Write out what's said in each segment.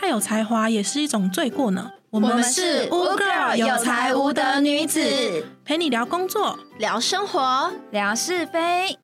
太有才华也是一种罪过呢。我们是无 girl 有才无德女子， 陪你聊工作， 聊生活， 聊是非。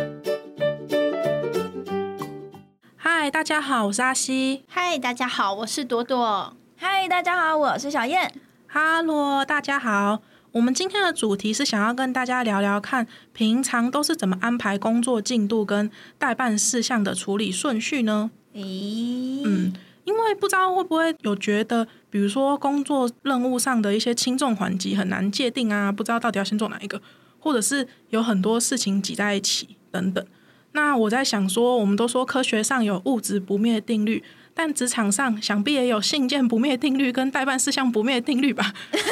嗨，大家好，我是阿西。 嗨，大家好，我是朵朵。 嗨，大家好，我是小燕。 哈喽，大家好。我们今天的主题是想要跟大家聊聊看，平常都是怎么安排工作进度跟待办事项的处理顺序呢？因为不知道会不会有觉得，比如说工作任务上的一些轻重缓急很难界定啊，不知道到底要先做哪一个，或者是有很多事情挤在一起等等。那我在想说，我们都说科学上有物质不灭定律，但职场上想必也有信件不灭定律跟待办事项不灭定律吧？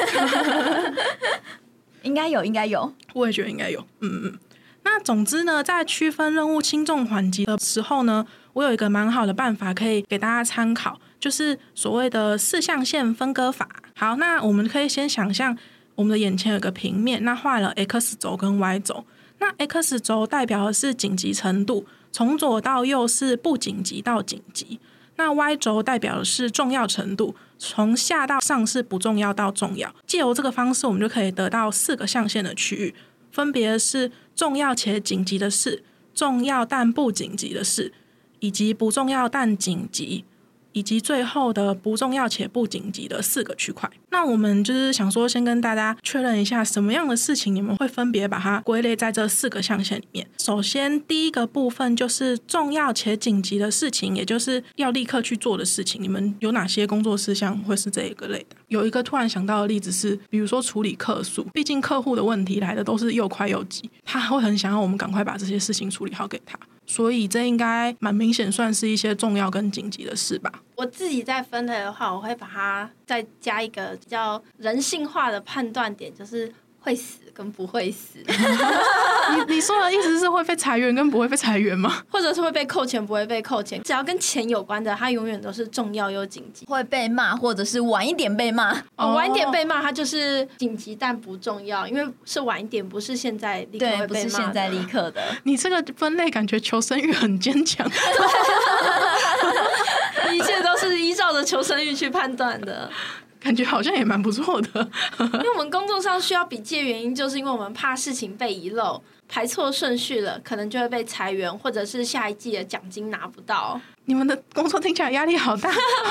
应该有， 我也觉得应该有。那总之呢，在区分任务轻重缓急的时候呢，我有一个蛮好的办法可以给大家参考，就是所谓的四象限分割法。好，那我们可以先想象我们的眼前有个平面，那画了 X 轴跟 Y 轴。那 X 轴代表的是紧急程度，从左到右是不紧急到紧急。那 Y 轴代表的是重要程度，从下到上是不重要到重要。藉由这个方式，我们就可以得到4个象限的区域，分别是重要且紧急的事、重要但不紧急的事，以及不重要但紧急，以及最后的不重要且不紧急的4个区块。那我们就是想说，先跟大家确认一下，什么样的事情你们会分别把它归类在这4个象限里面。首先第一个部分就是重要且紧急的事情，也就是要立刻去做的事情。你们有哪些工作事项会是这一个类的？有一个突然想到的例子是，比如说处理客诉，毕竟客户的问题来的都是又快又急，他会很想要我们赶快把这些事情处理好给他，所以这应该蛮明显算是一些重要跟紧急的事吧。 我自己在分类的话，我会把它再加一个比较人性化的判断点，就是会死跟不会死。 你说的意思是会被裁员跟不会被裁员吗？ 或者是会被扣钱不会被扣钱，只要跟钱有关的，它永远都是重要又紧急。 会被骂或者是晚一点被骂。 晚一点被骂它就是紧急但不重要，因为是晚一点，不是现在立刻会被骂的。 对，不是现在立刻的。 你这个分类感觉求生欲很坚强。 一切都是依照着求生欲去判断的。 感觉好像也蛮不错的。 因为我们工作上需要笔记的原因，就是因为我们怕事情被遗漏，排错顺序了，可能就会被裁员，或者是下一季的奖金拿不到。 你们的工作听起来压力好大。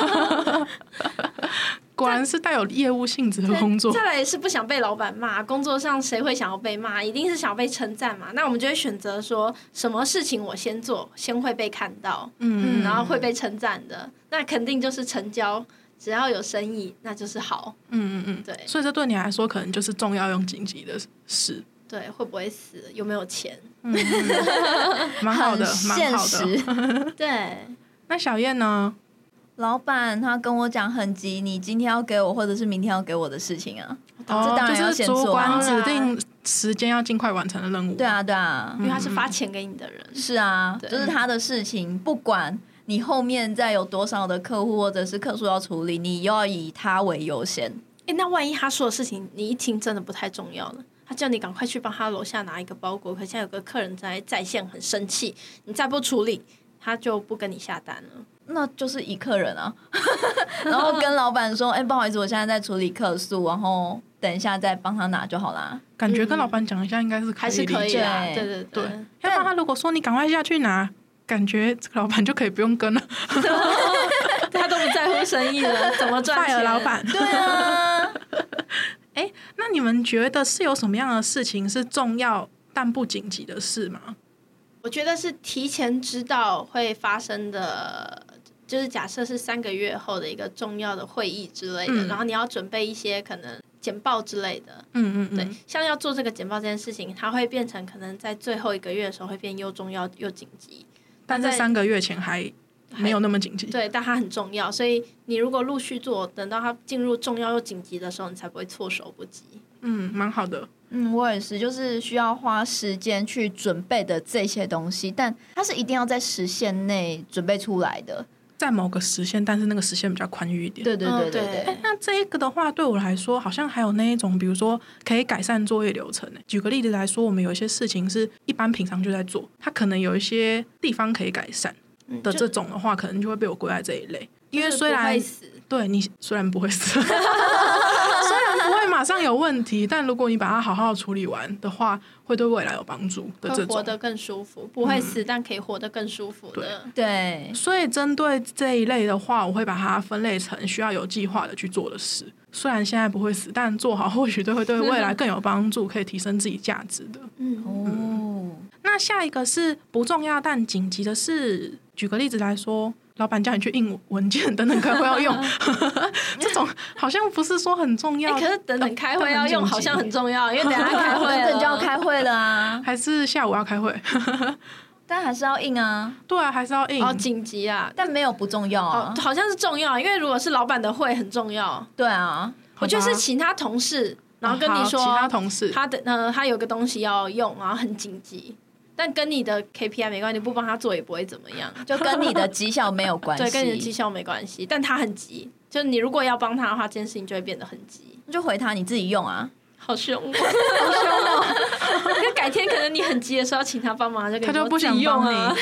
果然是带有业务性质的工作。 再来是不想被老板骂，工作上谁会想要被骂？一定是想要被称赞嘛。那我们就会选择说什么事情我先做，先会被看到，然后会被称赞的，那肯定就是成交。只要有生意，那就是好。对。 所以这对你来说，可能就是重要又紧急的事。 对，会不会死，有没有钱， 蛮好的，蛮好的。 对。 那小燕呢？ 老板他跟我讲很急，你今天要给我或者是明天要给我的事情啊，这当然要先做啊。 就是主管指定时间要尽快完成的任务。 对啊， 因为他是发钱给你的人。 是啊，就是他的事情，不管你后面再有多少的客户或者是客诉要处理，你又要以他为优先。 那万一他说的事情你一听真的不太重要呢？他叫你赶快去帮他楼下拿一个包裹，可现在有个客人在线很生气，你再不处理，他就不跟你下单了。 那就是以客人啊，然后跟老板说，不好意思，我现在在处理客诉，然后等一下再帮他拿就好啦。 感觉跟老板讲一下应该是可以理解， 还是可以啊。对。 要不然他如果说你赶快下去拿，感觉这个老板就可以不用跟了。 他都不在乎生意了，怎么赚钱？ 老板。 对啊。 那你们觉得是有什么样的事情是重要但不紧急的事吗？ 我觉得是提前知道会发生的，就是假设是3个月后的一个重要的会议之类的，然后你要准备一些可能简报之类的。对，像要做这个简报这件事情，它会变成可能在最后1个月的时候会变又重要又紧急， 但在3个月前还没有那么紧急。 对，但它很重要，所以你如果陆续做，等到它进入重要又紧急的时候，你才不会措手不及。 蛮好的。 我也是，就是需要花时间去准备的这些东西，但它是一定要在时限内准备出来的， 在某个时限，但是那个时限比较宽裕一点。 对。 那这一个的话，对我来说，好像还有那一种，比如说可以改善作业流程。举个例子来说，我们有一些事情是一般平常就在做，它可能有一些地方可以改善的这种的话，可能就会被我归在这一类。 因为虽然不会死， 对你虽然不会死，虽然不会马上有问题，但如果你把它好好处理完的话，会对未来有帮助的这种， 会活得更舒服，不会死，但可以活得更舒服的。 对， 所以针对这一类的话，我会把它分类成需要有计划的去做的事。虽然现在不会死，但做好或许会对未来更有帮助，可以提升自己价值的。那下一个是不重要但紧急的事。举个例子来说，老板叫你去印文件，等等开会要用，这种好像不是说很重要。 可是等等开会要用好像很重要，因为等一下开会等等就要开会了啊， 还是下午要开会？ 但还是要印啊。 对啊，还是要印。 紧急啊， 但没有不重要啊。 好像是重要，因为如果是老板的会很重要。 对啊， 我觉得是其他同事，然后跟你说， 其他同事他有个东西要用，然后很紧急。但跟你的 KPI 没关系，你不帮他做也不会怎么样， 就跟你的绩效没有关系。 对，跟你的绩效没关系，但他很急，就你如果要帮他的话，这件事情就会变得很急。 就回他你自己用啊， 好凶，好凶哦！因为改天可能你很急的时候要请他帮忙， 他就不想帮你，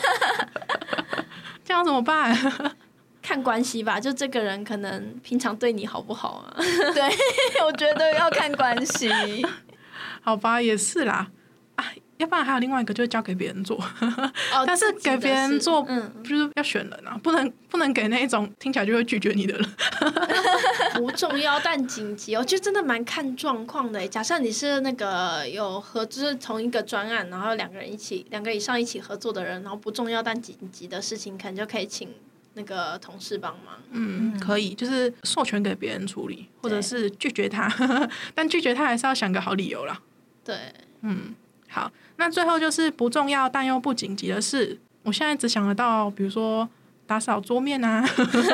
这样怎么办？ 看关系吧，就这个人可能平常对你好不好啊？ 对，我觉得要看关系。 好吧，也是啦。要不然还有另外一个，就是交给别人做。但是给别人做，就是要选人啊，不能给那一种听起来就会拒绝你的人。 不重要但紧急，我觉得真的蛮看状况的。假设你是那个有合资同一个专案，然后两个以上一起合作的人，然后不重要但紧急的事情，可能就可以请那个同事帮忙。 可以，就是授权给别人处理，或者是拒绝他，但拒绝他还是要想个好理由啦。 对， 好，那最后就是不重要但又不紧急的事。我现在只想得到，比如说打扫桌面啊，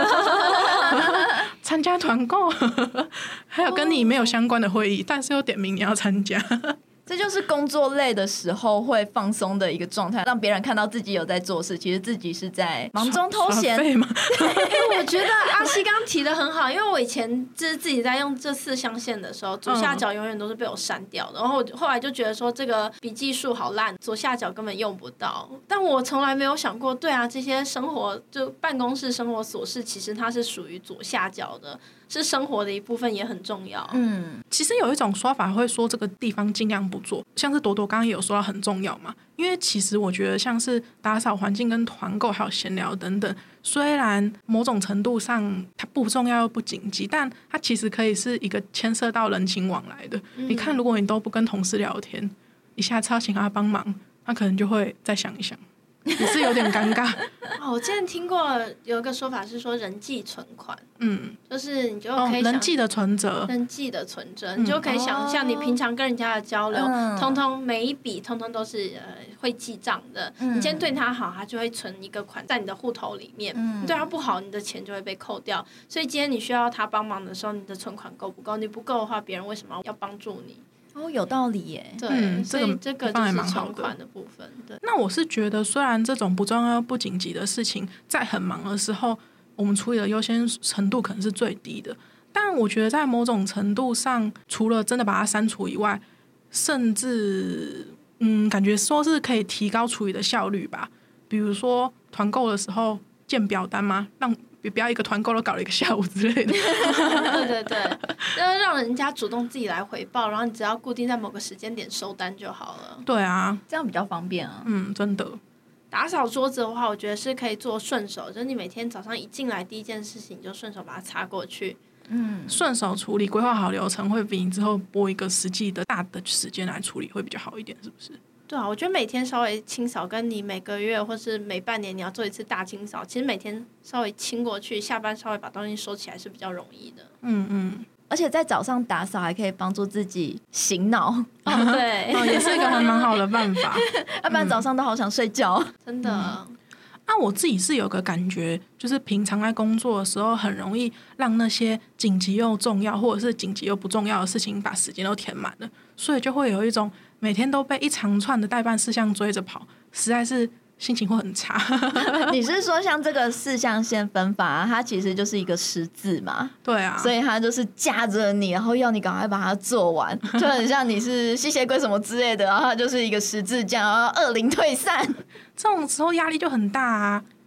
参加团购，还有跟你没有相关的会议，但是又点名你要参加。 这就是工作累的时候会放松的一个状态，让别人看到自己有在做事，其实自己是在忙中偷闲。 我觉得阿西刚提的很好，因为我以前就是自己在用这4象限的时候，左下角永远都是被我删掉的，然后我后来就觉得说这个笔记数好烂，左下角根本用不到。但我从来没有想过，对啊，这些生活就办公室生活琐事，其实它是属于左下角的，是生活的一部分，也很重要。 其实有一种说法会说这个地方尽量不做，像是朵朵刚刚也有说到很重要嘛。因为其实我觉得像是打扫环境跟团购还有闲聊等等，虽然某种程度上它不重要又不紧急，但它其实可以是一个牵涉到人情往来的。你看，如果你都不跟同事聊天，你下次要请他帮忙，他可能就会再想一想，也是有点尴尬。 我之前听过有一个说法是说人际存款，就是你就可以人际的存折， 你就可以想象你平常跟人家的交流，通通每一笔通通都是会记账的。你今天对他好，他就会存一个款在你的户头里面；你对他不好，你的钱就会被扣掉。所以今天你需要他帮忙的时候，你的存款够不够？你不够的话，别人为什么要帮助你？ 有道理耶。 对，所以这个就是存款的部分。对， 那我是觉得，虽然这种不重要不紧急的事情，在很忙的时候，我们处理的优先程度可能是最低的，但我觉得在某种程度上，除了真的把它删除以外，甚至感觉说是可以提高处理的效率吧。比如说团购的时候建表单嘛，让不要一个团购都搞了1个下午之类的。 对，就是让人家主动自己来回报，然后你只要固定在某个时间点收单就好了。 对啊， 这样比较方便啊。 真的。 打扫桌子的话，我觉得是可以做顺手，就是你每天早上一进来第一件事情，你就顺手把它擦过去。 顺手处理，规划好流程，会比你之后拨一个实际的大的时间来处理会比较好一点，是不是？ 对啊，我觉得每天稍微清扫，跟你每个月或是每半年你要做一次大清扫，其实每天稍微清过去，下班稍微把东西收起来是比较容易的。 而且在早上打扫还可以帮助自己醒脑。 对， 也是一个还蛮好的办法。 要不然早上都好想睡觉。 真的。 我自己是有个感觉，就是平常在工作的时候，很容易让那些紧急又重要，或者是紧急又不重要的事情，把时间都填满了，所以就会有一种每天都被一长串的待办事项追着跑，实在是心情会很差。 你是说像这个4象限分法，它其实就是一个十字嘛？ 对啊， 所以它就是架着你，然后要你赶快把它做完，就很像你是吸血鬼什么之类的，然后它就是一个十字架，然后恶灵退散。 这种时候压力就很大啊，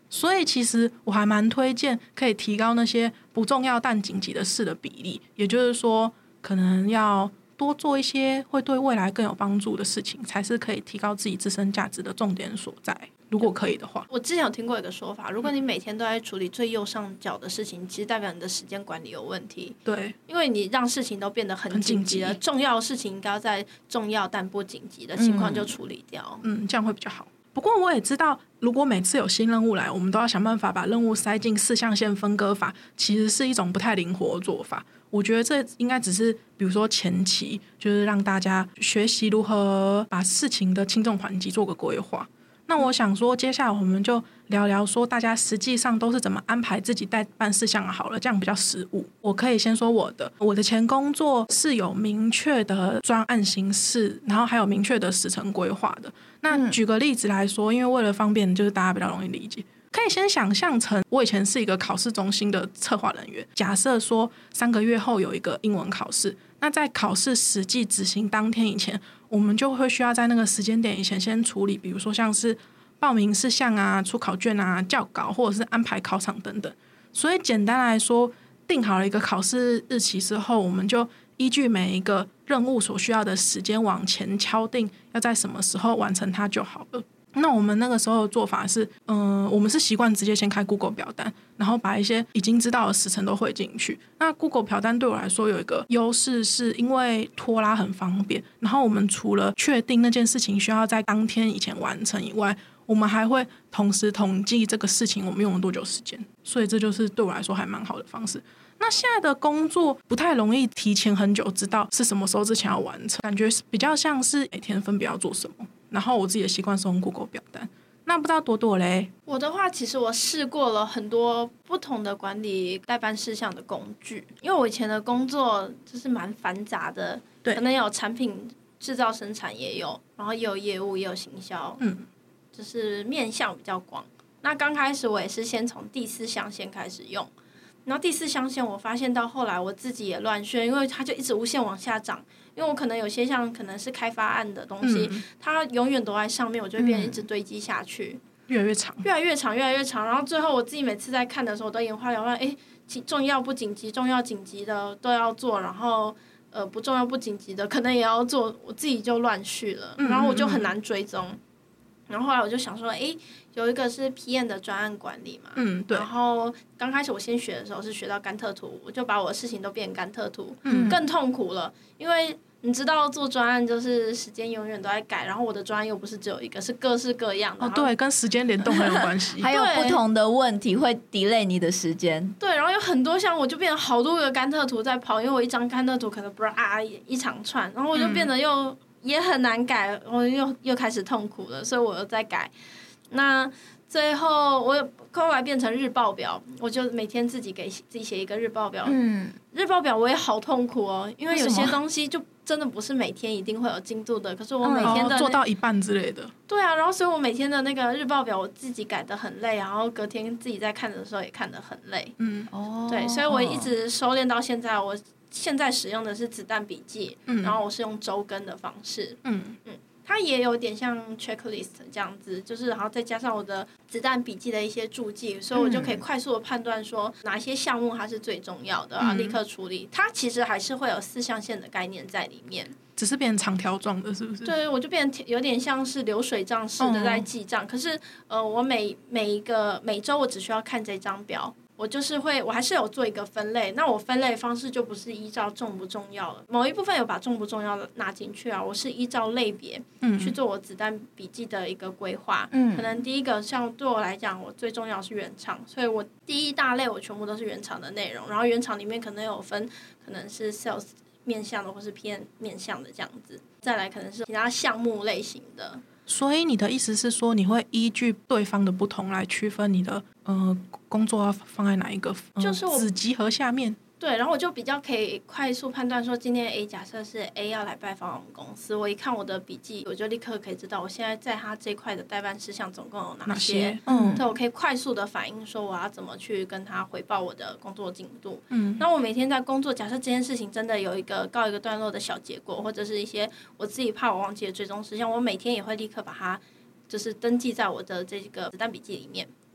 所以其实我还蛮推荐可以提高那些不重要但紧急的事的比例，也就是说可能要多做一些会对未来更有帮助的事情，才是可以提高自己自身价值的重点所在，如果可以的话。 我之前有听过一个说法，如果你每天都在处理最右上角的事情，其实代表你的时间管理有问题。 对， 因为你让事情都变得很紧急了，重要的事情应该要在重要但不紧急的情况就处理掉。 这样会比较好。不过我也知道，如果每次有新任务来，我们都要想办法把任务塞进4象限分割法，其实是一种不太灵活的做法。我觉得这应该只是比如说前期就是让大家学习如何把事情的轻重缓急做个规划。那我想说接下来我们就聊聊说大家实际上都是怎么安排自己代办事项好了，这样比较实务。我可以先说我的前工作是有明确的专案形式，然后还有明确的时程规划的。那举个例子来说，因为为了方便就是大家比较容易理解，可以先想象成我以前是一个考试中心的策划人员，假设说3个月后有一个英文考试，那在考试实际执行当天以前，我们就会需要在那个时间点以前先处理，比如说像是报名事项啊、出考卷啊、校稿或者是安排考场等等。所以简单来说，定好了一个考试日期之后，我们就依据每一个任务所需要的时间往前敲定要在什么时候完成它就好了。那我们那个时候的做法是，我们是习惯直接先开 Google 表单，然后把一些已经知道的时程都汇进去。那 Google 表单对我来说有一个优势，是因为拖拉很方便，然后我们除了确定那件事情需要在当天以前完成以外，我们还会同时统计这个事情我们用了多久时间，所以这就是对我来说还蛮好的方式。那现在的工作不太容易提前很久知道是什么时候之前要完成，感觉比较像是每天分别要做什么，然后我自己的习惯是用 Google 表单。那不知道朵朵嘞？ 我的话，其实我试过了很多不同的管理代办事项的工具，因为我以前的工作就是蛮繁杂的， 对， 可能有产品制造生产也有，然后也有业务也有行销，就是面向比较广。那刚开始我也是先从第4象限开始用，然后第4象限我发现到后来我自己也乱炫，因为它就一直无限往下涨，因为我可能有些像可能是开发案的东西，它永远都在上面，我就会变成一直堆积下去， 越来越长， 越来越长，越来越长，然后最后我自己每次在看的时候，我都眼花缭乱，重要不紧急，重要紧急的都要做，然后不重要不紧急的可能也要做，我自己就乱序了，然后我就很难追踪。然后后来我就想说，有一个是 PM 的专案管理嘛， 对。 然后刚开始我先学的时候是学到甘特图，我就把我的事情都变成甘特图，更痛苦了，因为你知道做专案就是时间永远都在改，然后我的专案又不是只有一个，是各式各样的。 对，跟时间联动很有关系。 还有不同的问题会 delay 你的时间。 对，然后有很多项我就变成好多个甘特图在跑，因为我一张甘特图可能不是一长串，然后我就变得也很难改，我又开始痛苦了，所以我又在改。那最后我后来变成日报表，我就每天自己给自己写一个日报表。日报表我也好痛苦哦，因为有些东西就真的不是每天一定会有进度的，可是我每天的做到一半之类的。 对啊，然后所以我每天的那个日报表我自己改得很累，然后隔天自己在看的时候也看得很累。对，所以我一直收敛到现在，我现在使用的是子弹笔记，然后我是用周更的方式。它也有点像 checklist 这样子，就是然后再加上我的子弹笔记的一些注记，所以我就可以快速的判断说哪些项目它是最重要的，然后立刻处理。它其实还是会有4象限的概念在里面， 只是变成长条状的，是不是？ 对，我就变成有点像是流水账式的在记账。可是我每周我只需要看这张表。我还是有做一个分类，那我分类方式就不是依照重不重要了，某一部分有把重不重要的拿进去啊，我是依照类别去做我子弹笔记的一个规划。可能第一个像对我来讲，我最重要是原厂，所以我第一大类我全部都是原厂的内容，然后原厂里面可能有分，可能是 sales 面向的或是 PM 面向的这样子，再来可能是其他项目类型的。 所以你的意思是说，你会依据对方的不同来区分你的工作要放在哪一个就是子集合下面？ 对，然后我就比较可以快速判断说，今天假设是 A 要来拜访我们公司，我一看我的笔记，我就立刻可以知道我现在在他这块的代办事项总共有哪些。对，我可以快速的反映说我要怎么去跟他回报我的工作进度。那我每天在工作，假设这件事情真的有告一个段落的小结果，或者是一些我自己怕我忘记的追踪事项，我每天也会立刻把它就是登记在我的这个子弹笔记里面。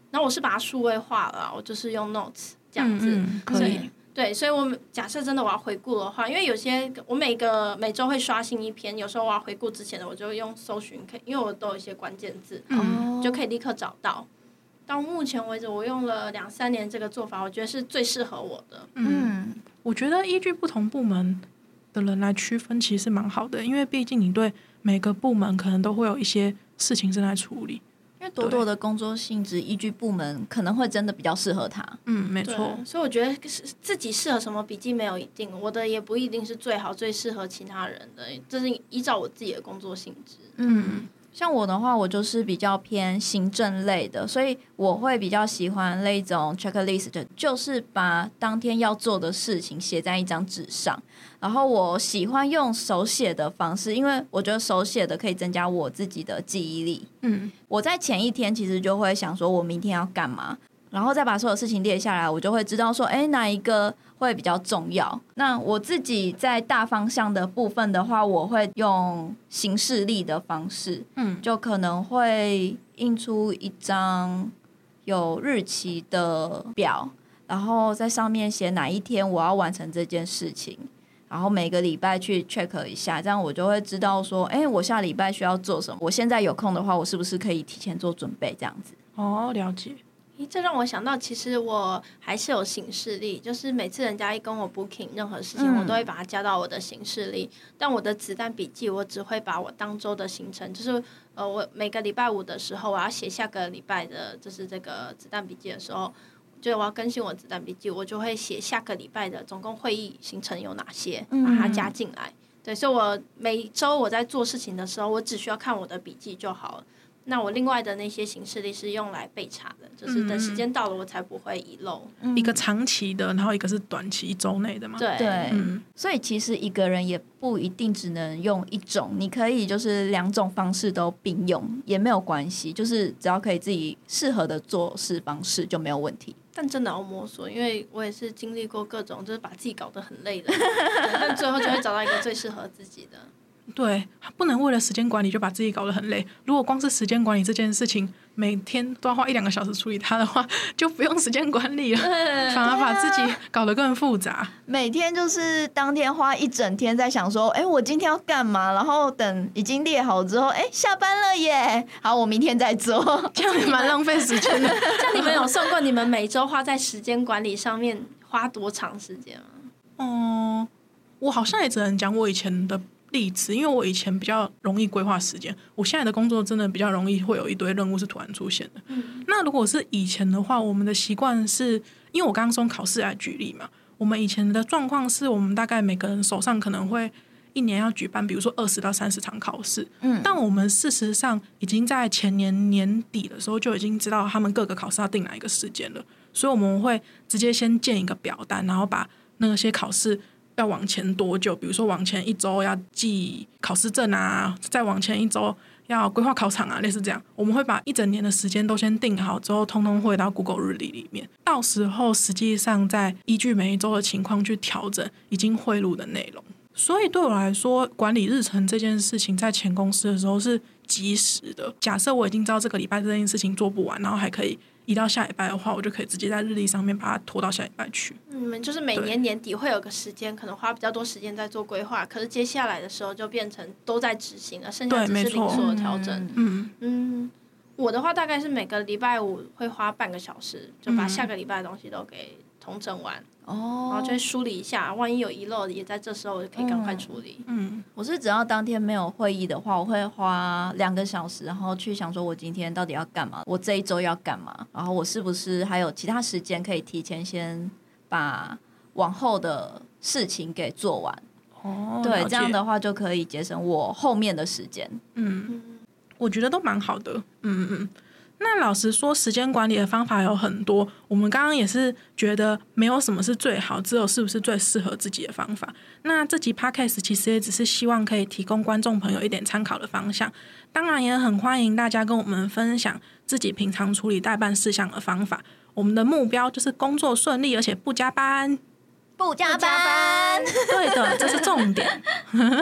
然后我是把它数位化了，我就是用 Notes 这样子， 可以。 对，所以我假设真的我要回顾的话，因为有些我每周会刷新一篇，有时候我要回顾之前的，我就用搜寻，因为我都有一些关键字，就可以立刻找到。到目前为止，我用了2-3年这个做法，我觉得是最适合我的。 我觉得依据不同部门的人来区分，其实蛮好的，因为毕竟你对每个部门可能都会有一些事情正在处理。 因为朵朵的工作性质依据部门可能会真的比较适合他。 没错。 所以我觉得自己适合什么笔记没有一定，我的也不一定是最好最适合其他人的，这是依照我自己的工作性质。 像我的话，我就是比较偏行政类的，所以我会比较喜欢那种 checklist， 就是把当天要做的事情写在一张纸上。然后我喜欢用手写的方式，因为我觉得手写的可以增加我自己的记忆力。我在前一天其实就会想说我明天要干嘛，然后再把所有事情列下来，我就会知道说哪一个会比较重要。那我自己在大方向的部分的话，我会用行事历的方式，就可能会印出一张有日期的表，然后在上面写哪一天我要完成这件事情，然后每个礼拜去 check 一下，这样我就会知道说我下礼拜需要做什么，我现在有空的话我是不是可以提前做准备，这样子。 了解。 这让我想到，其实我还是有行事历，就是每次人家一跟我 booking 任何事情，我都会把它加到我的行事历。但我的子弹笔记，我只会把我当周的行程，就是我每个礼拜五的时候，我要写下个礼拜的，就是这个子弹笔记的时候，就我要更新我子弹笔记，我就会写下个礼拜的总共会议行程有哪些，把它加进来。对，所以我每周我在做事情的时候，我只需要看我的笔记就好了。那我另外的那些行事历是用来备查的，就是等时间到了我才不会遗漏。 一个长期的，然后一个是短期1周内的嘛。 对， 所以其实一个人也不一定只能用一种，你可以就是2种方式都并用也没有关系，就是只要可以自己适合的做事方式就没有问题。 但真的要摸索，因为我也是经历过各种就是把自己搞得很累的，但最后就会找到一个最适合自己的。 对，不能为了时间管理就把自己搞得很累。如果光是时间管理这件事情，每天都要花1-2个小时处理它的话，就不用时间管理了，反而把自己搞得更复杂。 每天就是当天花一整天在想说，我今天要干嘛，然后等已经列好之后，下班了耶，好，我明天再做， 这样也蛮浪费时间的。 这样你们有算过你们每周花在时间管理上面花多长时间吗？ 我好像也只能讲我以前的例子，因为我以前比较容易规划时间，我现在的工作真的比较容易会有一堆任务是突然出现的。那如果是以前的话，我们的习惯是，因为我刚刚从考试来举例嘛，我们以前的状况是我们大概每个人手上可能会1年要举办比如说20到30场考试，但我们事实上已经在前年年底的时候就已经知道他们各个考试要定哪一个时间了，所以我们会直接先建一个表单，然后把那些考试要往前多久，比如说往前1周要记考试证啊，再往前1周要规划考场啊，类似这样。我们会把一整年的时间都先定好之后，通通汇到 Google 日历里面，到时候实际上再依据每一周的情况去调整已经汇入的内容。所以对我来说，管理日程这件事情在前公司的时候是及时的。假设我已经知道这个礼拜这件事情做不完，然后还可以移到下礼拜的话，我就可以直接在日历上面把它拖到下礼拜去。 你们就是每年年底会有个时间，可能花比较多时间在做规划，可是接下来的时候就变成都在执行了，剩下只是零碎的调整。我的话大概是每个礼拜五会花半个小时，就把下个礼拜的东西都给统整完。然后就会梳理一下，万一有遗漏也在这时候我就可以赶快处理。 我是只要当天没有会议的话，我会花2个小时，然后去想说我今天到底要干嘛，我这一周要干嘛，然后我是不是还有其他时间可以提前先把往后的事情给做完。对，这样的话就可以节省我后面的时间。 我觉得都蛮好的。那老实说，时间管理的方法有很多，我们刚刚也是觉得没有什么是最好，只有是不是最适合自己的方法。那这集 Podcast 其实也只是希望可以提供观众朋友一点参考的方向，当然也很欢迎大家跟我们分享自己平常处理待办事项的方法。我们的目标就是工作顺利，而且不加班。 不加班， 对的，这是重点。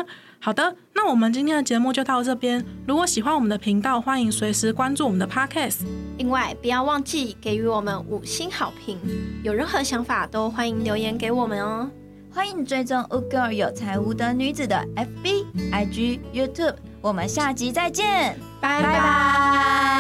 好的，那我们今天的节目就到这边。如果喜欢我们的频道，欢迎随时关注我们的 Podcast。 另外，不要忘记给予我们5星好评。有任何想法都欢迎留言给我们哦。 欢迎追踪 Ugirl 有才无德女子的 FB、IG、YouTube。我们下集再见， 拜拜。